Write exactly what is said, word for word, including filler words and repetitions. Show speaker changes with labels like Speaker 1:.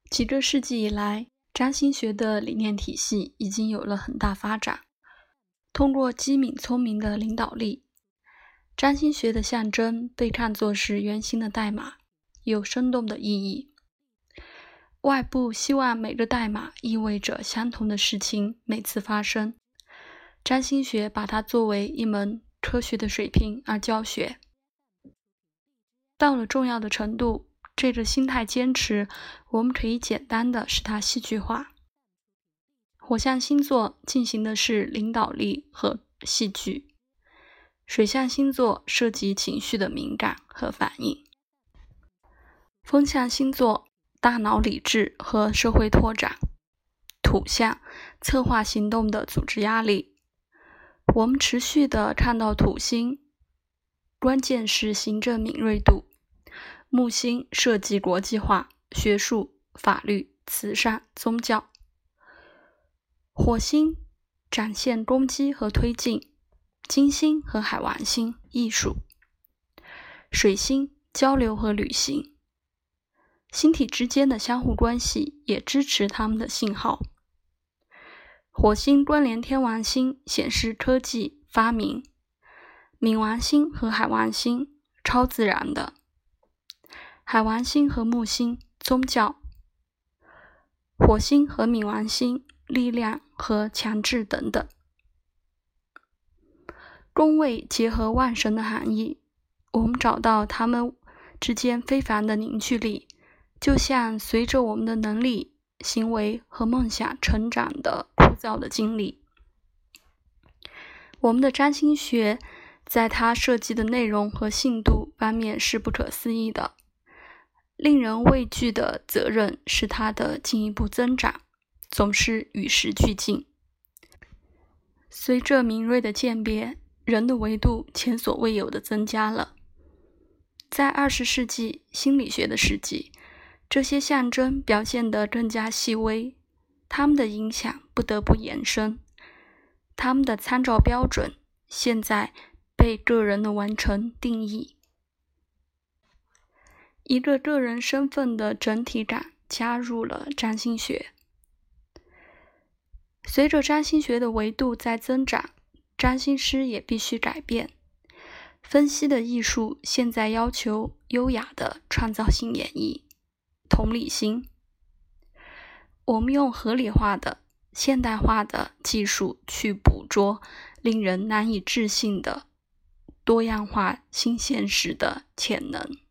Speaker 1: 几个世纪以来，占星学的理念体系已经有了很大发展。通过机敏聪明的领导力，占星学的象征被看作是圆心的代码，有生动的意义。外部希望每个代码意味着相同的事情每次发生，占星学把它作为一门科学的水平而教学。到了重要的程度，这个心态坚持，我们可以简单的使它戏剧化。火象星座进行的是领导力和戏剧，水象星座涉及情绪的敏感和反应，风象星座大脑理智和社会拓展，土象策划行动的组织压力。我们持续地看到土星，关键是行政敏锐度；木星涉及国际化、学术、法律、慈善、宗教；火星展现攻击和推进；金星和海王星艺术；水星交流和旅行。星体之间的相互关系也支持它们的信号。火星关联天王星显示科技发明，冥王星和海王星超自然的，海王星和木星宗教，火星和冥王星力量和强制等等。宫位结合万神的含义，我们找到它们之间非凡的凝聚力，就像随着我们的能力、行为和梦想成长的枯燥的经历。我们的占星学在它设计的内容和信度方面是不可思议的，令人畏惧的责任是它的进一步增长，总是与时俱进。随着敏锐的鉴别，人的维度前所未有的增加了。在二十世纪心理学的世纪，这些象征表现得更加细微，它们的影响不得不延伸。它们的参照标准现在被个人的完成定义。一个个人身份的整体感加入了占星学。随着占星学的维度在增长，占星师也必须改变。分析的艺术现在要求优雅的创造性演绎，同理心。我们用合理化的、现代化的技术去捕捉令人难以置信的多样化新现实的潜能。